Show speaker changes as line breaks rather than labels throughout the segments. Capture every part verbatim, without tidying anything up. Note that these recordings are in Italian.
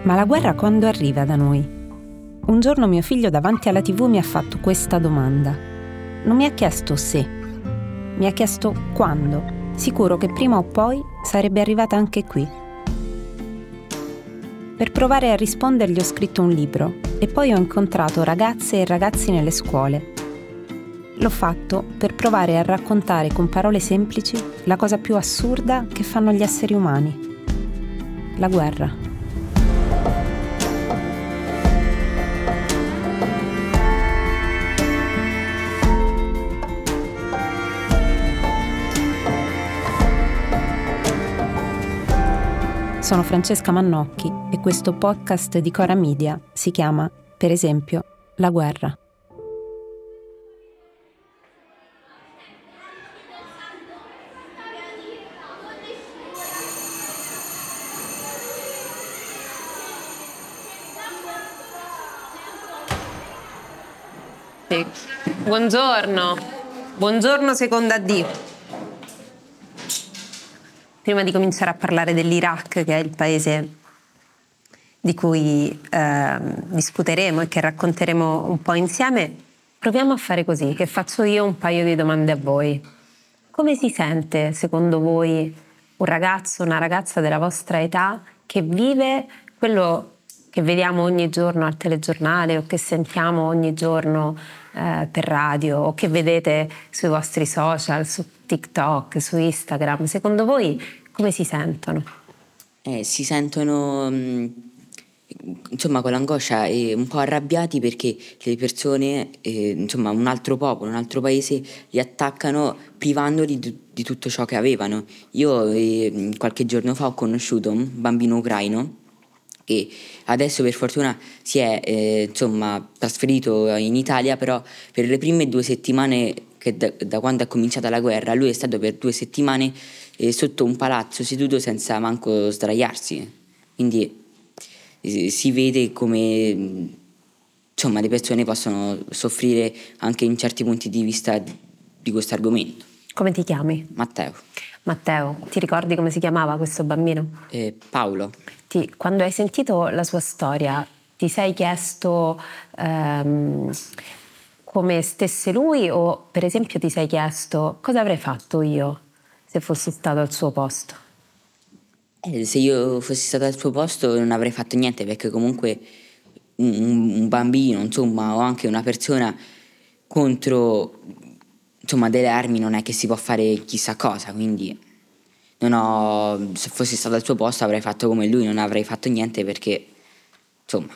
Ma la guerra quando arriva da noi? Un giorno mio figlio davanti alla tivù mi ha fatto questa domanda. Non mi ha chiesto se, mi ha chiesto quando. Sicuro che prima o poi sarebbe arrivata anche qui. Per provare a rispondergli ho scritto un libro e poi ho incontrato ragazze e ragazzi nelle scuole. L'ho fatto per provare a raccontare con parole semplici la cosa più assurda che fanno gli esseri umani: la guerra. Sono Francesca Mannocchi e questo podcast di Cora Media si chiama, per esempio, La guerra.
Sì. Buongiorno, buongiorno seconda D. Prima di cominciare a parlare dell'Iraq, che è il paese di cui eh, discuteremo e che racconteremo un po' insieme, proviamo a fare così, che faccio io un paio di domande a voi. Come si sente, secondo voi, un ragazzo, una ragazza della vostra età che vive quello che vediamo ogni giorno al telegiornale o che sentiamo ogni giorno eh, per radio o che vedete sui vostri social, su TikTok, su Instagram? Secondo voi come si sentono?
Eh, si sentono mh, insomma con l'angoscia e un po' arrabbiati perché le persone, eh, insomma un altro popolo, un altro paese li attaccano privandoli di, di tutto ciò che avevano. Io eh, qualche giorno fa ho conosciuto un bambino ucraino che adesso per fortuna si è eh, insomma trasferito in Italia, però per le prime due settimane che da, da quando è cominciata la guerra lui è stato per due settimane eh, sotto un palazzo seduto senza manco sdraiarsi, quindi eh, si vede come insomma le persone possono soffrire anche in certi punti di vista di, di questo argomento.
Come ti chiami?
Matteo.
Matteo, ti ricordi come si chiamava questo bambino?
Eh, Paolo.
Ti, quando hai sentito la sua storia, ti sei chiesto ehm, come stesse lui o per esempio ti sei chiesto cosa avrei fatto io se fossi stato al suo posto?
Eh, se io fossi stato al suo posto non avrei fatto niente, perché comunque un, un bambino, insomma, o anche una persona contro insomma delle armi non è che si può fare chissà cosa, quindi non ho, se fossi stato al suo posto avrei fatto come lui, non avrei fatto niente perché insomma.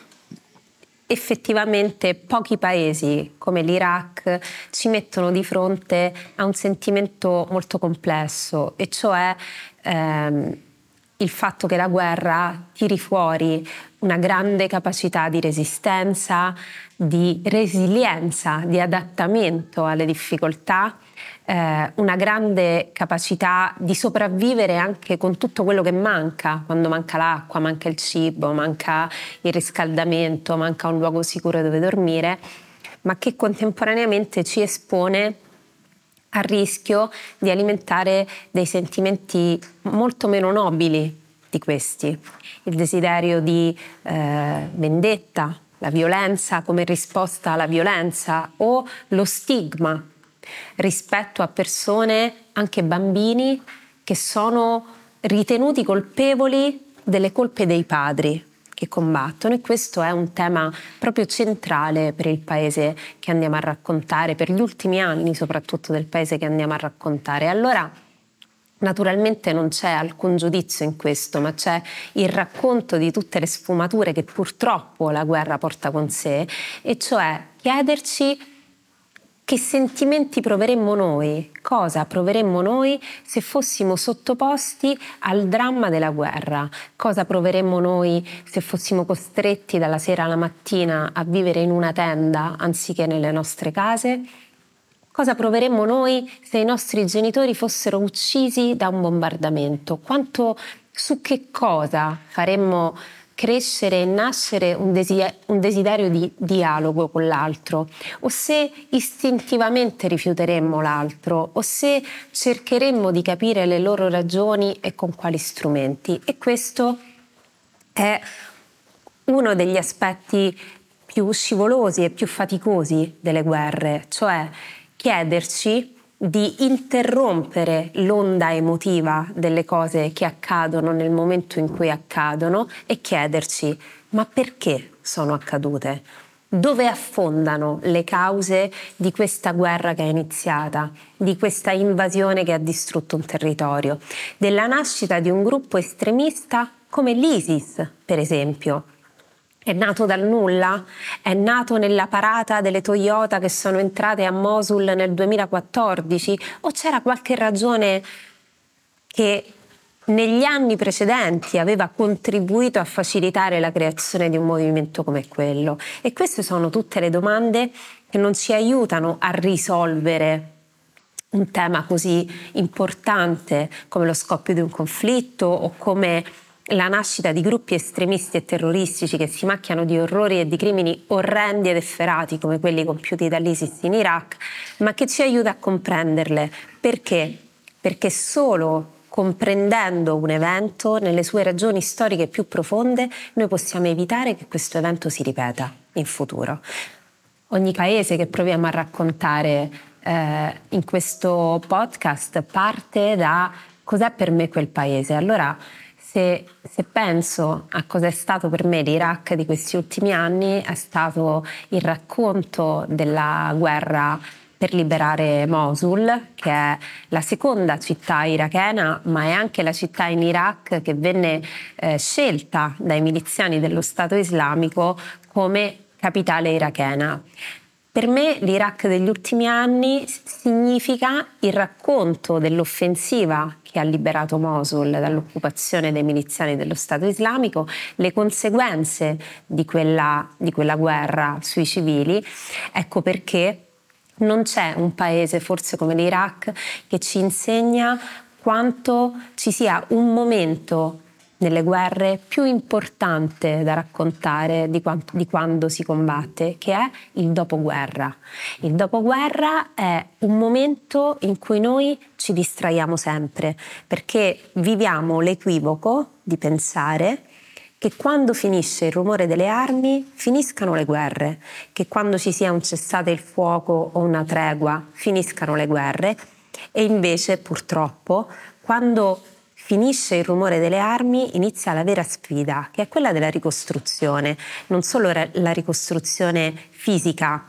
Effettivamente pochi paesi come l'Iraq ci mettono di fronte a un sentimento molto complesso, e cioè ehm, il fatto che la guerra tiri fuori una grande capacità di resistenza, di resilienza, di adattamento alle difficoltà, eh, una grande capacità di sopravvivere anche con tutto quello che manca, quando manca l'acqua, manca il cibo, manca il riscaldamento, manca un luogo sicuro dove dormire, ma che contemporaneamente ci espone al rischio di alimentare dei sentimenti molto meno nobili di questi. Il desiderio di eh, vendetta, la violenza come risposta alla violenza o lo stigma rispetto a persone, anche bambini, che sono ritenuti colpevoli delle colpe dei padri che combattono, e questo è un tema proprio centrale per il paese che andiamo a raccontare, per gli ultimi anni soprattutto del paese che andiamo a raccontare. Allora, naturalmente non c'è alcun giudizio in questo, ma c'è il racconto di tutte le sfumature che purtroppo la guerra porta con sé, e cioè chiederci che sentimenti proveremmo noi, cosa proveremmo noi se fossimo sottoposti al dramma della guerra, cosa proveremmo noi se fossimo costretti dalla sera alla mattina a vivere in una tenda anziché nelle nostre case, cosa proveremmo noi se i nostri genitori fossero uccisi da un bombardamento, quanto, su che cosa faremmo crescere e nascere un, desider- un desiderio di dialogo con l'altro, o se istintivamente rifiuteremmo l'altro, o se cercheremmo di capire le loro ragioni e con quali strumenti. E questo è uno degli aspetti più scivolosi e più faticosi delle guerre, cioè chiederci di interrompere l'onda emotiva delle cose che accadono nel momento in cui accadono e chiederci: ma perché sono accadute? Dove affondano le cause di questa guerra che è iniziata, di questa invasione che ha distrutto un territorio, della nascita di un gruppo estremista come l'ISIS, per esempio? È nato dal nulla? È nato nella parata delle Toyota che sono entrate a Mosul nel duemilaquattordici? O c'era qualche ragione che negli anni precedenti aveva contribuito a facilitare la creazione di un movimento come quello? E queste sono tutte le domande che non ci aiutano a risolvere un tema così importante come lo scoppio di un conflitto o come la nascita di gruppi estremisti e terroristici che si macchiano di orrori e di crimini orrendi ed efferati come quelli compiuti dall'ISIS in Iraq, ma che ci aiuta a comprenderle. Perché? Perché solo comprendendo un evento nelle sue ragioni storiche più profonde noi possiamo evitare che questo evento si ripeta in futuro. Ogni paese che proviamo a raccontare eh, in questo podcast parte da cos'è per me quel paese. Allora, Se, se penso a cosa è stato per me l'Iraq di questi ultimi anni, è stato il racconto della guerra per liberare Mosul, che è la seconda città irachena, ma è anche la città in Iraq che venne eh, scelta dai miliziani dello Stato islamico come capitale irachena. Per me l'Iraq degli ultimi anni significa il racconto dell'offensiva che ha liberato Mosul dall'occupazione dei miliziani dello Stato islamico, le conseguenze di quella, di quella guerra sui civili. Ecco perché non c'è un paese, forse come l'Iraq, che ci insegna quanto ci sia un momento nelle guerre più importante da raccontare di, quanto, di quando si combatte, che è il dopoguerra. Il dopoguerra è un momento in cui noi ci distraiamo sempre, perché viviamo l'equivoco di pensare che quando finisce il rumore delle armi finiscano le guerre, che quando ci sia un cessate il fuoco o una tregua finiscano le guerre, e invece purtroppo quando finisce il rumore delle armi, inizia la vera sfida, che è quella della ricostruzione, non solo la ricostruzione fisica,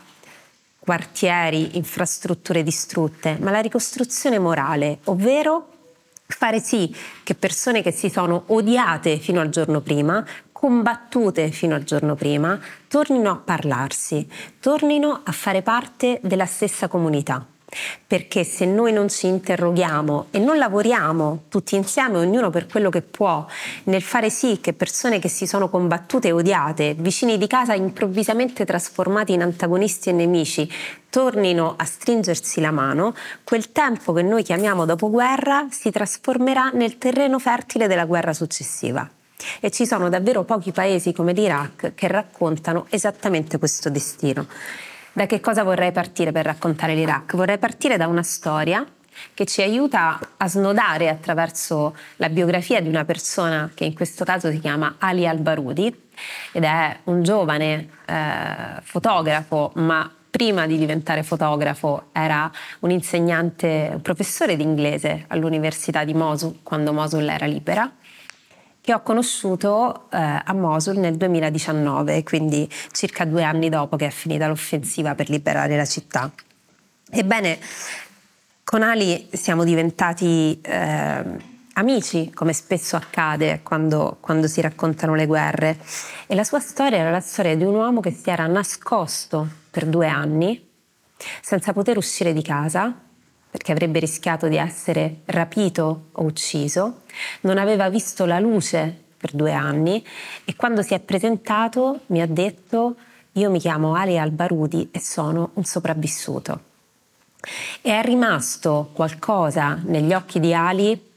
quartieri, infrastrutture distrutte, ma la ricostruzione morale, ovvero fare sì che persone che si sono odiate fino al giorno prima, combattute fino al giorno prima, tornino a parlarsi, tornino a fare parte della stessa comunità. Perché se noi non ci interroghiamo e non lavoriamo tutti insieme, ognuno per quello che può, nel fare sì che persone che si sono combattute e odiate, vicini di casa improvvisamente trasformati in antagonisti e nemici, tornino a stringersi la mano, quel tempo che noi chiamiamo dopoguerra si trasformerà nel terreno fertile della guerra successiva. E ci sono davvero pochi paesi come l'Iraq che raccontano esattamente questo destino. Da che cosa vorrei partire per raccontare l'Iraq? Vorrei partire da una storia che ci aiuta a snodare attraverso la biografia di una persona che in questo caso si chiama Ali al-Barudi ed è un giovane eh, fotografo, ma prima di diventare fotografo era un insegnante, un professore di inglese all'Università di Mosul quando Mosul era libera, che ho conosciuto eh, a Mosul nel duemiladiciannove, quindi circa due anni dopo che è finita l'offensiva per liberare la città. Ebbene, con Ali siamo diventati eh, amici, come spesso accade quando, quando si raccontano le guerre, e la sua storia era la storia di un uomo che si era nascosto per due anni senza poter uscire di casa, perché avrebbe rischiato di essere rapito o ucciso, non aveva visto la luce per due anni e quando si è presentato mi ha detto: io mi chiamo Ali al-Barudi e sono un sopravvissuto. E è rimasto qualcosa negli occhi di Ali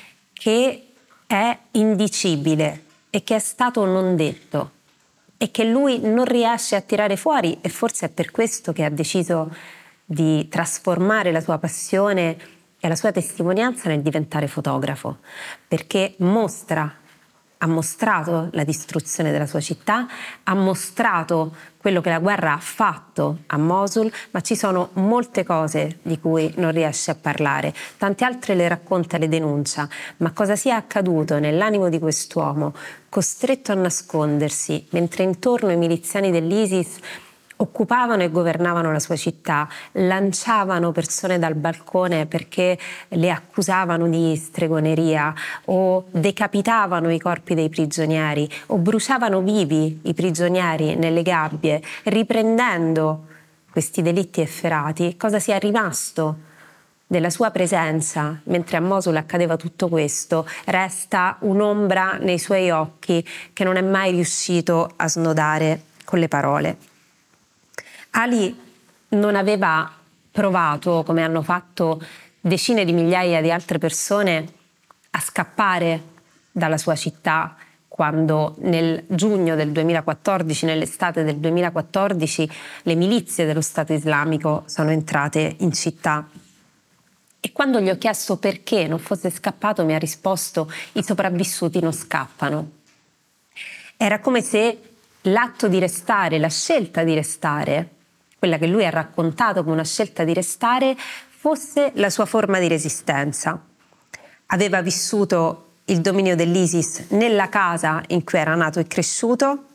che è indicibile e che è stato non detto e che lui non riesce a tirare fuori, e forse è per questo che ha deciso di trasformare la sua passione e la sua testimonianza nel diventare fotografo, perché mostra ha mostrato la distruzione della sua città, ha mostrato quello che la guerra ha fatto a Mosul, ma ci sono molte cose di cui non riesce a parlare. Tante altre le racconta e le denuncia, ma cosa sia accaduto nell'animo di quest'uomo, costretto a nascondersi, mentre intorno i miliziani dell'ISIS occupavano e governavano la sua città, lanciavano persone dal balcone perché le accusavano di stregoneria, o decapitavano i corpi dei prigionieri, o bruciavano vivi i prigionieri nelle gabbie, riprendendo questi delitti efferati. Cosa sia rimasto della sua presenza mentre a Mosul accadeva tutto questo? Resta un'ombra nei suoi occhi che non è mai riuscito a snodare con le parole. Ali non aveva provato, come hanno fatto decine di migliaia di altre persone, a scappare dalla sua città quando nel giugno del duemilaquattordici, nell'estate del duemilaquattordici, le milizie dello Stato Islamico sono entrate in città. E quando gli ho chiesto perché non fosse scappato, mi ha risposto: i sopravvissuti non scappano. Era come se l'atto di restare, la scelta di restare, quella che lui ha raccontato come una scelta di restare, fosse la sua forma di resistenza. Aveva vissuto il dominio dell'ISIS nella casa in cui era nato e cresciuto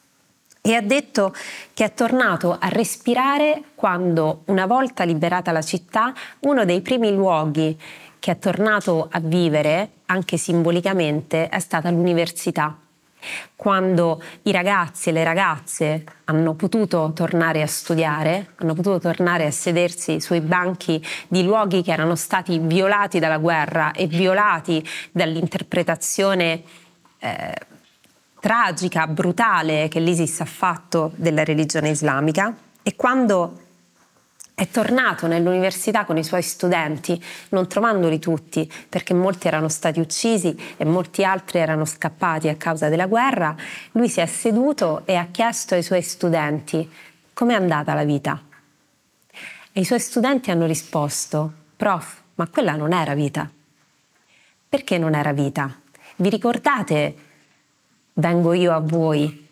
e ha detto che è tornato a respirare quando, una volta liberata la città, uno dei primi luoghi che è tornato a vivere, anche simbolicamente, è stata l'università. Quando i ragazzi e le ragazze hanno potuto tornare a studiare, hanno potuto tornare a sedersi sui banchi di luoghi che erano stati violati dalla guerra e violati dall'interpretazione eh, tragica, brutale che l'ISIS ha fatto della religione islamica, e quando è tornato nell'università con i suoi studenti, non trovandoli tutti, perché molti erano stati uccisi e molti altri erano scappati a causa della guerra, lui si è seduto e ha chiesto ai suoi studenti: com'è andata la vita? E i suoi studenti hanno risposto: prof, ma quella non era vita. Perché non era vita? Vi ricordate Vengo io a voi?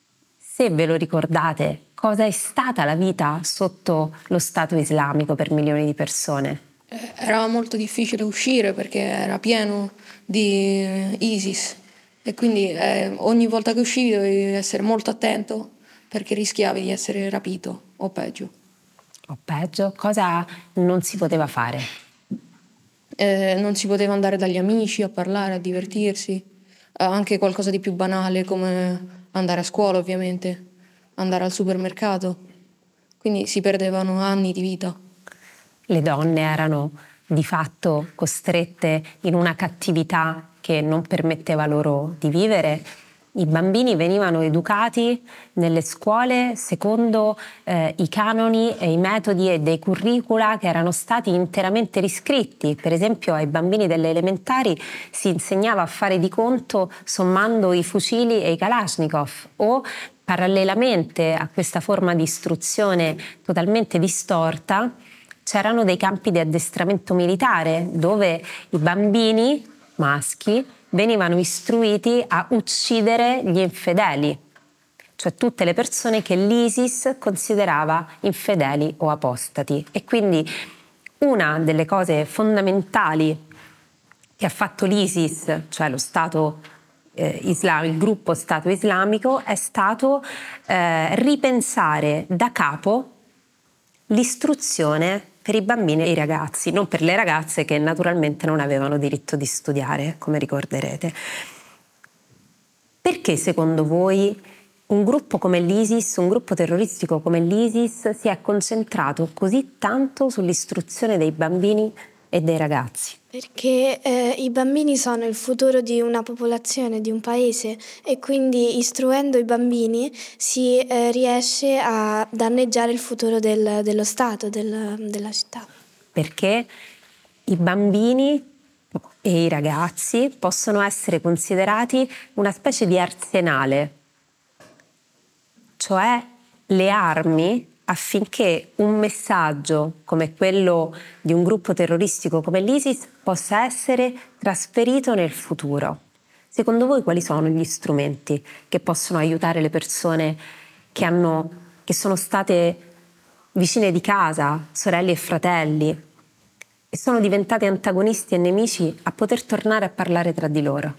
Se ve lo ricordate, cosa è stata la vita sotto lo Stato islamico per milioni di persone?
Era molto difficile uscire perché era pieno di ISIS e quindi eh, ogni volta che uscivi dovevi essere molto attento perché rischiavi di essere rapito o peggio.
O peggio? Cosa non si poteva fare?
Eh, non si poteva andare dagli amici a parlare, a divertirsi, eh, anche qualcosa di più banale come andare a scuola, ovviamente, andare al supermercato, quindi si perdevano anni di vita.
Le donne erano di fatto costrette in una cattività che non permetteva loro di vivere. I bambini venivano educati nelle scuole secondo eh, i canoni e i metodi e dei curricula che erano stati interamente riscritti. Per esempio, ai bambini delle elementari si insegnava a fare di conto sommando i fucili e i Kalashnikov, o parallelamente a questa forma di istruzione totalmente distorta c'erano dei campi di addestramento militare dove i bambini maschi venivano istruiti a uccidere gli infedeli, cioè tutte le persone che l'ISIS considerava infedeli o apostati. E quindi una delle cose fondamentali che ha fatto l'ISIS, cioè lo Stato eh, islamico, il gruppo Stato islamico, è stato eh, ripensare da capo l'istruzione per i bambini e i ragazzi, non per le ragazze che naturalmente non avevano diritto di studiare, come ricorderete. Perché secondo voi un gruppo come l'ISIS, un gruppo terroristico come l'ISIS si è concentrato così tanto sull'istruzione dei bambini e dei ragazzi?
Perché eh, i bambini sono il futuro di una popolazione, di un paese, e quindi istruendo i bambini si eh, riesce a danneggiare il futuro del, dello Stato, del, della città.
Perché i bambini e i ragazzi possono essere considerati una specie di arsenale, cioè le armi affinché un messaggio come quello di un gruppo terroristico come l'ISIS possa essere trasferito nel futuro. Secondo voi quali sono gli strumenti che possono aiutare le persone che, hanno, che sono state vicine di casa, sorelle e fratelli, e sono diventate antagonisti e nemici, a poter tornare a parlare tra di loro?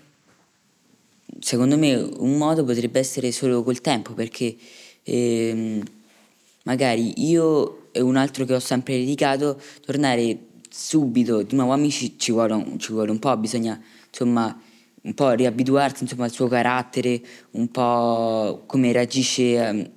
Secondo me un modo potrebbe essere solo col tempo, perché ehm, magari io e un altro che ho sempre dedicato, tornare subito di nuovo amici ci vuole un, ci vuole un po', bisogna insomma un po' riabituarsi insomma al suo carattere, un po' come reagisce, ehm,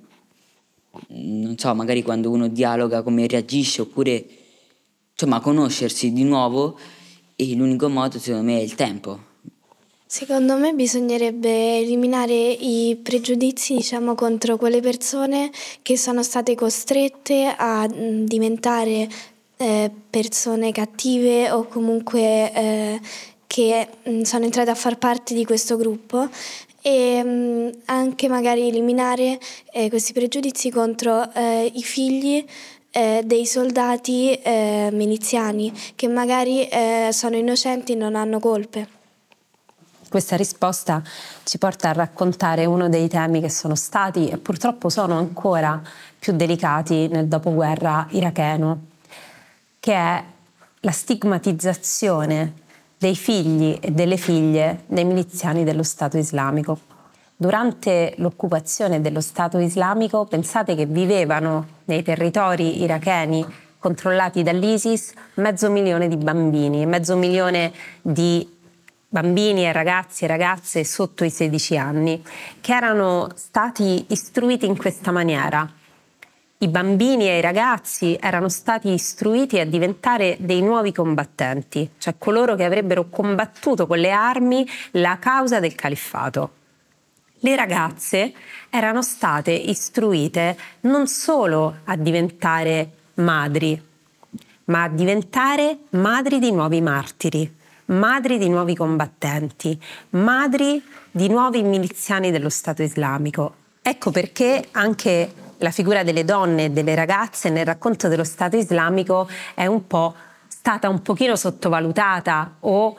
non so, magari quando uno dialoga come reagisce, oppure insomma conoscersi di nuovo, e l'unico modo secondo me è il tempo.
Secondo me bisognerebbe eliminare i pregiudizi, diciamo, contro quelle persone che sono state costrette a mh, diventare eh, persone cattive o comunque eh, che mh, sono entrate a far parte di questo gruppo, e mh, anche magari eliminare eh, questi pregiudizi contro eh, i figli eh, dei soldati eh, miliziani che magari eh, sono innocenti e non hanno colpe.
Questa risposta ci porta a raccontare uno dei temi che sono stati e purtroppo sono ancora più delicati nel dopoguerra iracheno, che è la stigmatizzazione dei figli e delle figlie dei miliziani dello Stato islamico. Durante l'occupazione dello Stato islamico, pensate che vivevano nei territori iracheni controllati dall'ISIS mezzo milione di bambini, mezzo milione di bambini e ragazzi e ragazze sotto i sedici anni, che erano stati istruiti in questa maniera. I bambini e i ragazzi erano stati istruiti a diventare dei nuovi combattenti, cioè coloro che avrebbero combattuto con le armi la causa del califfato. Le ragazze erano state istruite non solo a diventare madri, ma a diventare madri di nuovi martiri, madri di nuovi combattenti, madri di nuovi miliziani dello Stato islamico. Ecco perché anche la figura delle donne e delle ragazze nel racconto dello Stato islamico è un po' stata un pochino sottovalutata o,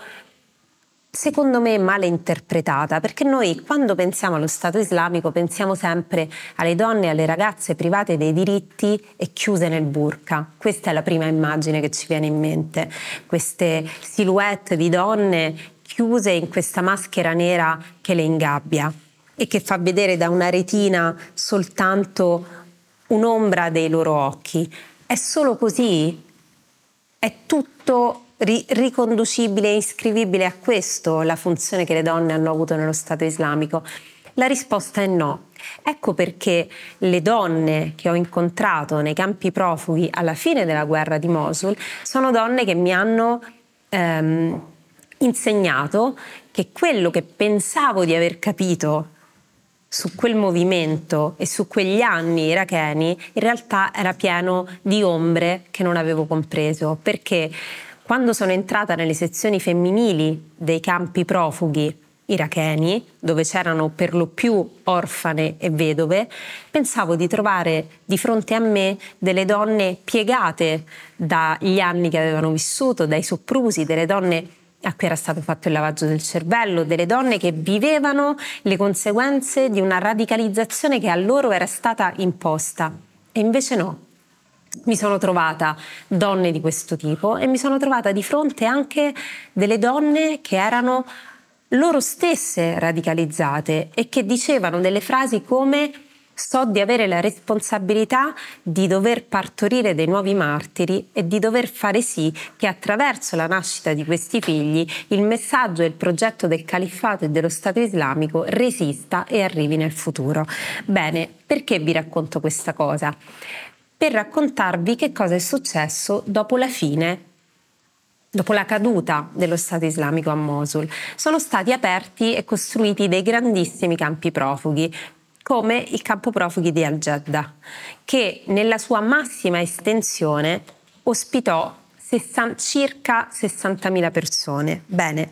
secondo me, male interpretata, perché noi quando pensiamo allo Stato islamico pensiamo sempre alle donne e alle ragazze private dei diritti e chiuse nel burqa. Questa è la prima immagine che ci viene in mente, queste silhouette di donne chiuse in questa maschera nera che le ingabbia e che fa vedere da una retina soltanto un'ombra dei loro occhi. È solo così? È tutto ri- riconducibile e iscrivibile a questo la funzione che le donne hanno avuto nello Stato islamico? La risposta è no. Ecco perché le donne che ho incontrato nei campi profughi alla fine della guerra di Mosul sono donne che mi hanno ehm, insegnato che quello che pensavo di aver capito su quel movimento e su quegli anni iracheni in realtà era pieno di ombre che non avevo compreso, perché quando sono entrata nelle sezioni femminili dei campi profughi iracheni, dove c'erano per lo più orfane e vedove, pensavo di trovare di fronte a me delle donne piegate dagli anni che avevano vissuto, dai soprusi, delle donne a cui era stato fatto il lavaggio del cervello, delle donne che vivevano le conseguenze di una radicalizzazione che a loro era stata imposta. E invece no. Mi sono trovata donne di questo tipo e mi sono trovata di fronte anche delle donne che erano loro stesse radicalizzate e che dicevano delle frasi come: so di avere la responsabilità di dover partorire dei nuovi martiri e di dover fare sì che attraverso la nascita di questi figli il messaggio e il progetto del califfato e dello Stato islamico resista e arrivi nel futuro. Bene, perché vi racconto questa cosa? Per raccontarvi che cosa è successo dopo la fine, dopo la caduta dello Stato islamico a Mosul. Sono stati aperti e costruiti dei grandissimi campi profughi, come il campo profughi di Al-Jeddah, che nella sua massima estensione ospitò sessanta, circa sessantamila persone. Bene,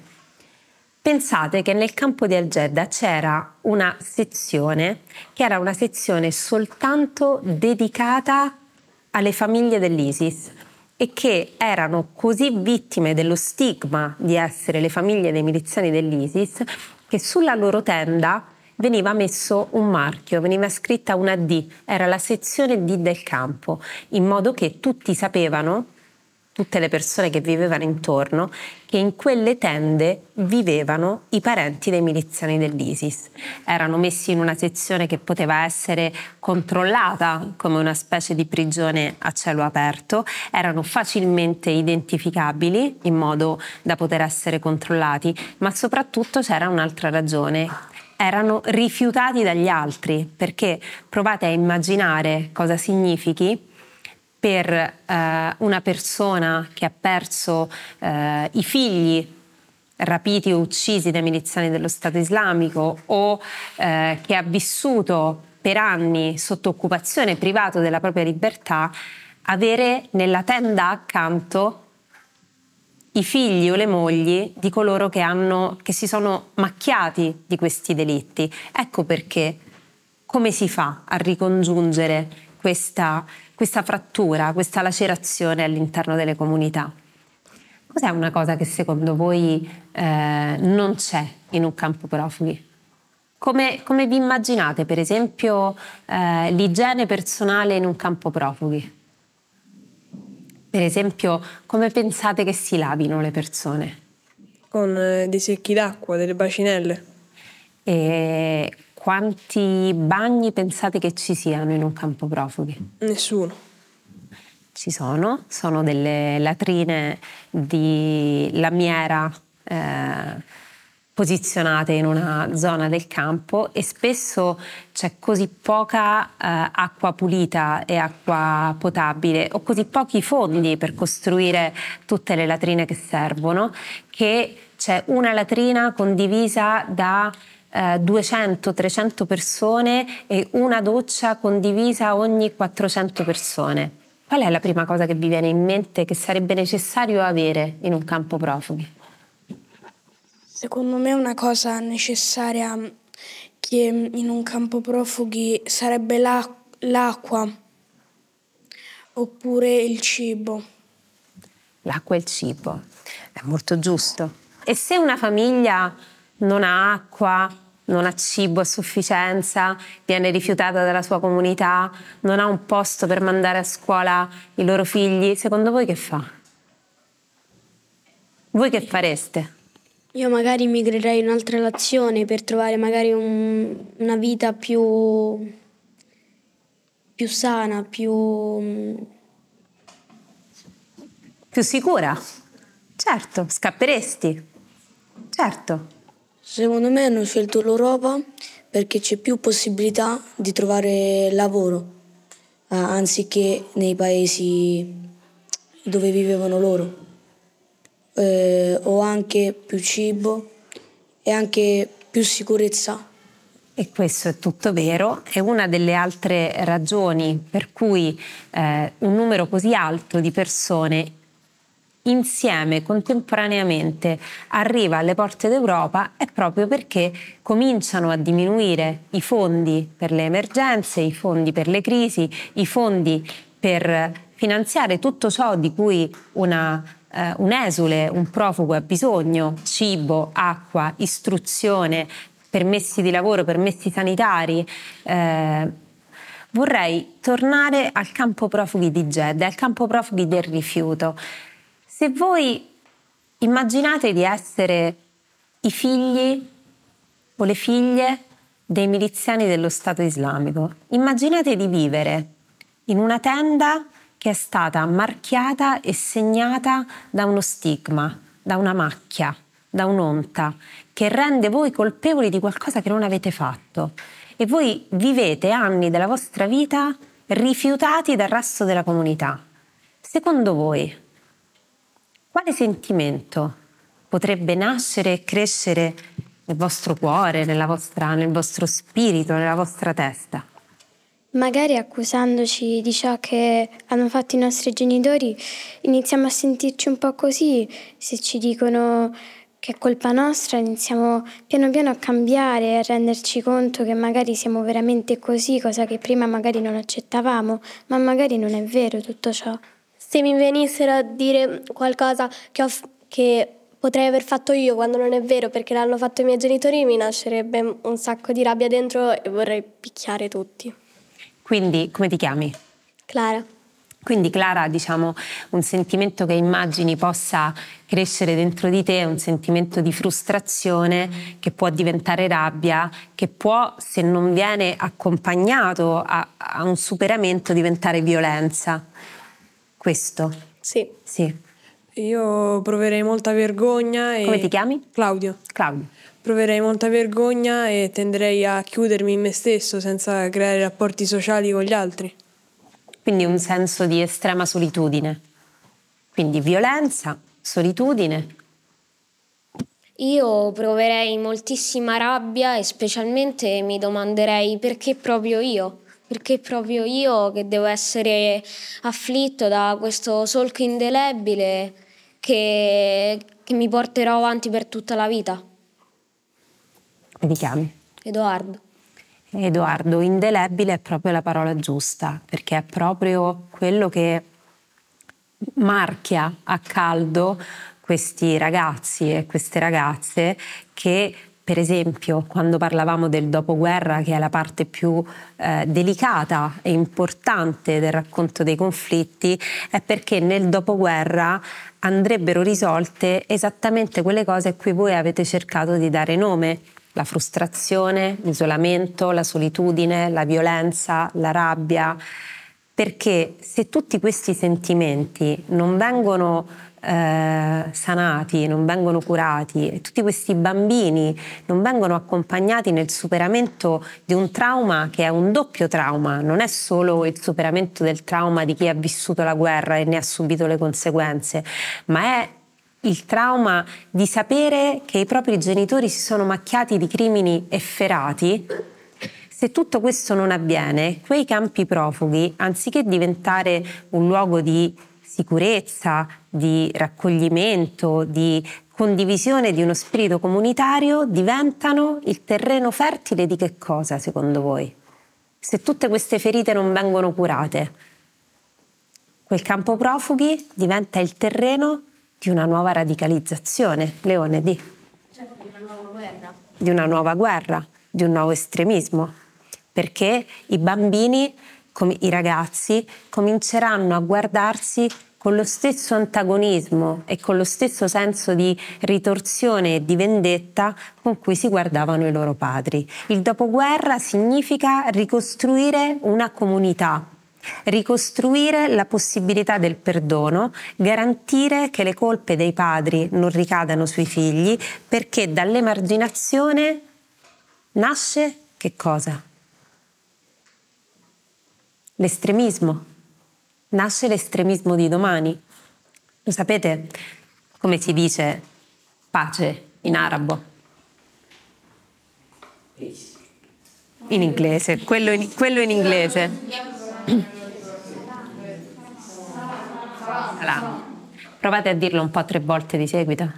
pensate che nel campo di Al-Jeddah c'era una sezione che era una sezione soltanto dedicata alle famiglie dell'ISIS e che erano così vittime dello stigma di essere le famiglie dei miliziani dell'ISIS che sulla loro tenda veniva messo un marchio, veniva scritta una D, era la sezione D del campo, in modo che tutti sapevano, tutte le persone che vivevano intorno, che in quelle tende vivevano i parenti dei miliziani dell'ISIS. Erano messi in una sezione che poteva essere controllata come una specie di prigione a cielo aperto, erano facilmente identificabili in modo da poter essere controllati, ma soprattutto c'era un'altra ragione. Erano rifiutati dagli altri, perché provate a immaginare cosa significhi per eh, una persona che ha perso eh, i figli rapiti o uccisi dai miliziani dello Stato Islamico o eh, che ha vissuto per anni sotto occupazione, privato della propria libertà, avere nella tenda accanto i figli o le mogli di coloro che, hanno, che si sono macchiati di questi delitti. Ecco perché come si fa a ricongiungere questa, questa frattura, questa lacerazione all'interno delle comunità? Cos'è una cosa che secondo voi eh, non c'è in un campo profughi? Come, come vi immaginate, per esempio, eh, l'igiene personale in un campo profughi? Per esempio, come pensate che si lavino le persone?
Con eh, dei secchi d'acqua, delle bacinelle.
E quanti bagni pensate che ci siano in un campo profughi?
Nessuno.
Ci sono, sono delle latrine di lamiera eh, posizionate in una zona del campo e spesso c'è così poca eh, acqua pulita e acqua potabile o così pochi fondi per costruire tutte le latrine che servono che c'è una latrina condivisa da eh, duecento trecento persone e una doccia condivisa ogni quattrocento persone. Qual è la prima cosa che vi viene in mente che sarebbe necessario avere in un campo profughi?
Secondo me una cosa necessaria che in un campo profughi sarebbe l'acqua oppure il cibo.
L'acqua e il cibo, è molto giusto. E se una famiglia non ha acqua, non ha cibo a sufficienza, viene rifiutata dalla sua comunità, non ha un posto per mandare a scuola i loro figli, secondo voi che fa? Voi che fareste?
Io magari migrerei in un'altra nazione per trovare magari un, una vita più, più sana, più...
Più sicura? Certo, scapperesti? Certo.
Secondo me hanno scelto l'Europa perché c'è più possibilità di trovare lavoro, anziché nei paesi dove vivevano loro. Eh, o anche più cibo e anche più sicurezza.
E questo è tutto vero, è una delle altre ragioni per cui eh, un numero così alto di persone insieme, contemporaneamente, arriva alle porte d'Europa è proprio perché cominciano a diminuire i fondi per le emergenze, i fondi per le crisi, i fondi per finanziare tutto ciò di cui una Uh, un esule, un profugo ha bisogno: cibo, acqua, istruzione, permessi di lavoro, permessi sanitari. Uh, vorrei tornare al campo profughi di Jeddah, al campo profughi del rifiuto. Se voi immaginate di essere i figli o le figlie dei miliziani dello Stato Islamico, immaginate di vivere in una tenda che è stata marchiata e segnata da uno stigma, da una macchia, da un'onta, che rende voi colpevoli di qualcosa che non avete fatto. E voi vivete anni della vostra vita rifiutati dal resto della comunità. Secondo voi, quale sentimento potrebbe nascere e crescere nel vostro cuore, nella vostra, nel vostro spirito, nella vostra testa?
Magari accusandoci di ciò che hanno fatto i nostri genitori, iniziamo a sentirci un po' così. Se ci dicono che è colpa nostra, iniziamo piano piano a cambiare, a renderci conto che magari siamo veramente così, cosa che prima magari non accettavamo, ma magari non è vero tutto ciò.
Se mi venissero a dire qualcosa che, ho, che potrei aver fatto io quando non è vero perché l'hanno fatto i miei genitori, mi nascerebbe un sacco di rabbia dentro e vorrei picchiare tutti.
Quindi, come ti chiami?
Clara.
Quindi Clara, diciamo, un sentimento che immagini possa crescere dentro di te, un sentimento di frustrazione che può diventare rabbia, che può, se non viene accompagnato a, a un superamento, diventare violenza. Questo?
Sì.
Sì.
Io proverei molta vergogna e...
Come ti chiami?
Claudio.
Claudio.
Proverei molta vergogna e tenderei a chiudermi in me stesso senza creare rapporti sociali con gli altri.
Quindi un senso di estrema solitudine. Quindi violenza, solitudine.
Io proverei moltissima rabbia e specialmente mi domanderei perché proprio io? Perché proprio io che devo essere afflitto da questo solco indelebile che, che mi porterò avanti per tutta la vita.
Come ti chiami?
Edoardo.
Edoardo, indelebile è proprio la parola giusta, perché è proprio quello che marchia a caldo questi ragazzi e queste ragazze che, per esempio, quando parlavamo del dopoguerra, che è la parte più eh, delicata e importante del racconto dei conflitti, è perché nel dopoguerra andrebbero risolte esattamente quelle cose a cui voi avete cercato di dare nome: la frustrazione, l'isolamento, la solitudine, la violenza, la rabbia. Perché se tutti questi sentimenti non vengono eh, sanati, non vengono curati, e tutti questi bambini non vengono accompagnati nel superamento di un trauma che è un doppio trauma, non è solo il superamento del trauma di chi ha vissuto la guerra e ne ha subito le conseguenze, ma è il trauma di sapere che i propri genitori si sono macchiati di crimini efferati. Se tutto questo non avviene, quei campi profughi, anziché diventare un luogo di sicurezza, di raccoglimento, di condivisione di uno spirito comunitario, diventano il terreno fertile di che cosa, secondo voi? Se tutte queste ferite non vengono curate, quel campo profughi diventa il terreno di una nuova radicalizzazione. Leone, di?
Cioè, di una nuova guerra.
Di una nuova guerra, di un nuovo estremismo. Perché i bambini, come i ragazzi, cominceranno a guardarsi con lo stesso antagonismo e con lo stesso senso di ritorsione e di vendetta con cui si guardavano i loro padri. Il dopoguerra significa ricostruire una comunità, ricostruire la possibilità del perdono, garantire che le colpe dei padri non ricadano sui figli, perché dall'emarginazione nasce che cosa? L'estremismo. Nasce l'estremismo di domani. Lo sapete come si dice pace in arabo? In inglese, quello in, quello in inglese. Allora, provate a dirlo un po' tre volte di seguito.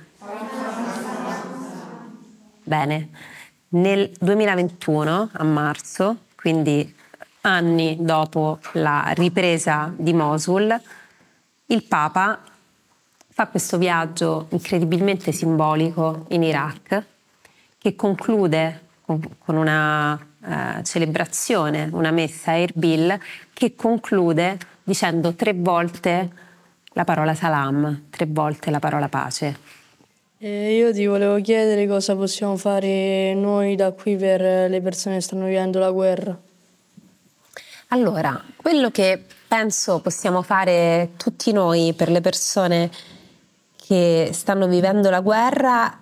Bene. Nel duemilaventuno, a marzo, quindi anni dopo la ripresa di Mosul, il Papa fa questo viaggio incredibilmente simbolico in Iraq, che conclude con una eh, celebrazione, una messa a Erbil, che conclude dicendo tre volte la parola salam, tre volte la parola pace.
E io ti volevo chiedere cosa possiamo fare noi da qui per le persone che stanno vivendo la guerra.
Allora, quello che penso possiamo fare tutti noi per le persone che stanno vivendo la guerra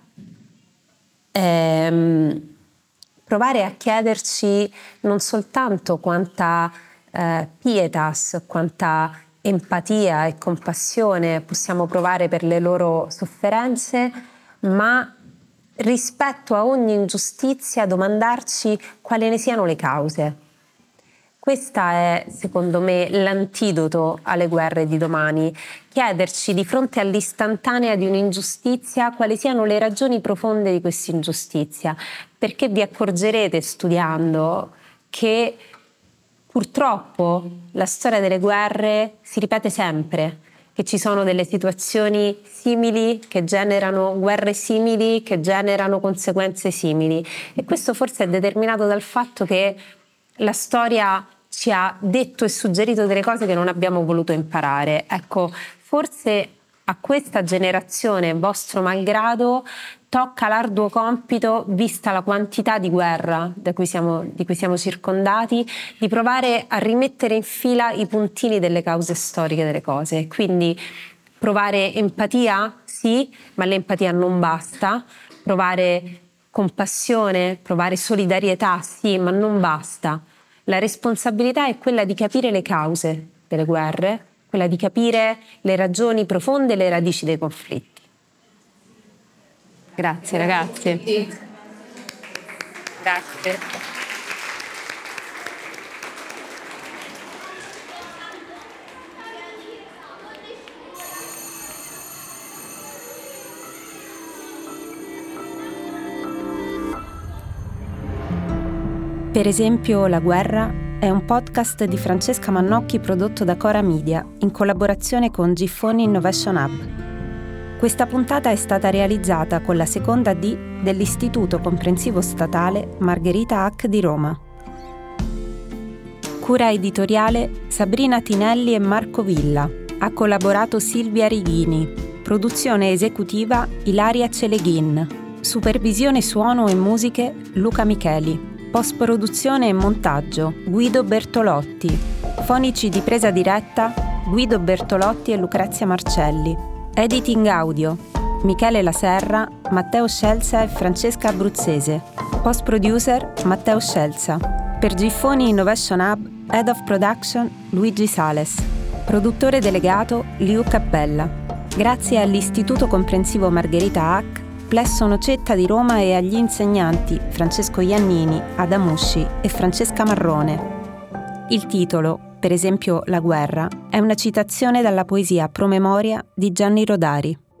è provare a chiederci non soltanto quanta eh, pietas, quanta empatia e compassione possiamo provare per le loro sofferenze, ma rispetto a ogni ingiustizia domandarci quali ne siano le cause. Questa è, secondo me, l'antidoto alle guerre di domani. Chiederci di fronte all'istantanea di un'ingiustizia quali siano le ragioni profonde di questa ingiustizia, perché vi accorgerete studiando che purtroppo la storia delle guerre si ripete sempre, che che ci sono delle situazioni simili che generano guerre simili, che generano conseguenze simili, e questo forse è determinato dal fatto che la storia ci ha detto e suggerito delle cose che non abbiamo voluto imparare. Ecco, forse a questa generazione, vostro malgrado, tocca l'arduo compito, vista la quantità di guerra da cui siamo, di cui siamo circondati, di provare a rimettere in fila i puntini delle cause storiche delle cose. Quindi provare empatia, sì, ma l'empatia non basta. Provare compassione, provare solidarietà, sì, ma non basta. La responsabilità è quella di capire le cause delle guerre, quella di capire le ragioni profonde e le radici dei conflitti. Grazie ragazzi. Grazie.
Per esempio, La guerra è un podcast di Francesca Mannocchi prodotto da Cora Media in collaborazione con Giffoni Innovation Hub. Questa puntata è stata realizzata con la seconda D dell'Istituto Comprensivo Statale Margherita Hack di Roma. Cura editoriale Sabrina Tinelli e Marco Villa. Ha collaborato Silvia Righini. Produzione esecutiva Ilaria Celeghin. Supervisione suono e musiche Luca Micheli. Post-produzione e montaggio Guido Bertolotti. Fonici di presa diretta Guido Bertolotti e Lucrezia Marcelli. Editing audio Michele Laserra, Matteo Scelsa e Francesca Abruzzese. Post producer Matteo Scelsa. Per Giffoni Innovation Hub Head of Production Luigi Sales. Produttore delegato Liu Cappella. Grazie all'Istituto Comprensivo Margherita Hack, Plesso Nocetta di Roma e agli insegnanti Francesco Iannini, Adamusci e Francesca Marrone. Il titolo, per esempio La guerra, è una citazione dalla poesia Promemoria di Gianni Rodari.